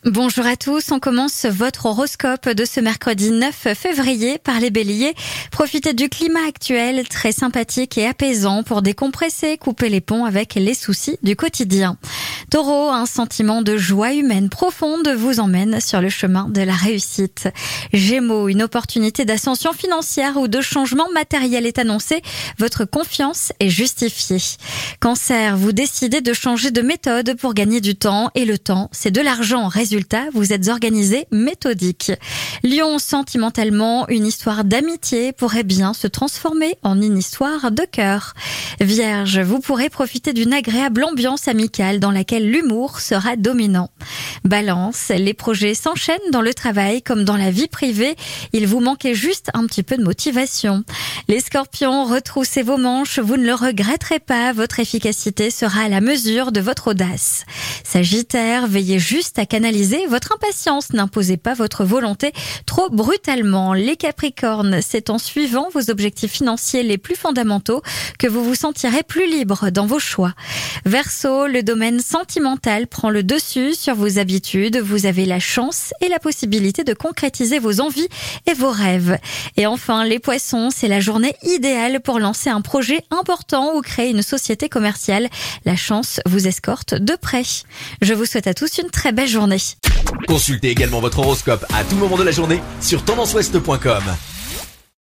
Bonjour à tous, on commence votre horoscope de ce mercredi 9 février par les béliers. Profitez du climat actuel, très sympathique et apaisant pour décompresser, couper les ponts avec les soucis du quotidien. Taureau, un sentiment de joie humaine profonde vous emmène sur le chemin de la réussite. Gémeaux, une opportunité d'ascension financière ou de changement matériel est annoncée, votre confiance est justifiée. Cancer, vous décidez de changer de méthode pour gagner du temps et le temps, c'est de l'argent. Résultat, vous êtes organisé, méthodique. Lion, sentimentalement, une histoire d'amitié pourrait bien se transformer en une histoire de cœur. Vierge, vous pourrez profiter d'une agréable ambiance amicale dans laquelle l'humour sera dominant. Balance, les projets s'enchaînent dans le travail comme dans la vie privée. Il vous manquait juste un petit peu de motivation. Les scorpions, retroussez vos manches, vous ne le regretterez pas. Votre efficacité sera à la mesure de votre audace. Sagittaire, veillez juste à canaliser votre impatience. N'imposez pas votre volonté trop brutalement. Les Capricornes, c'est en suivant vos objectifs financiers les plus fondamentaux que vous vous sentirez plus libre dans vos choix. Verseau, le domaine sentimental prend le dessus sur vos habitudes. Vous avez la chance et la possibilité de concrétiser vos envies et vos rêves. Et enfin, les Poissons, c'est la journée idéale pour lancer un projet important ou créer une société commerciale. La chance vous escorte de près. Je vous souhaite à tous une très belle journée. Consultez également votre horoscope à tout moment de la journée sur tendanceouest.com.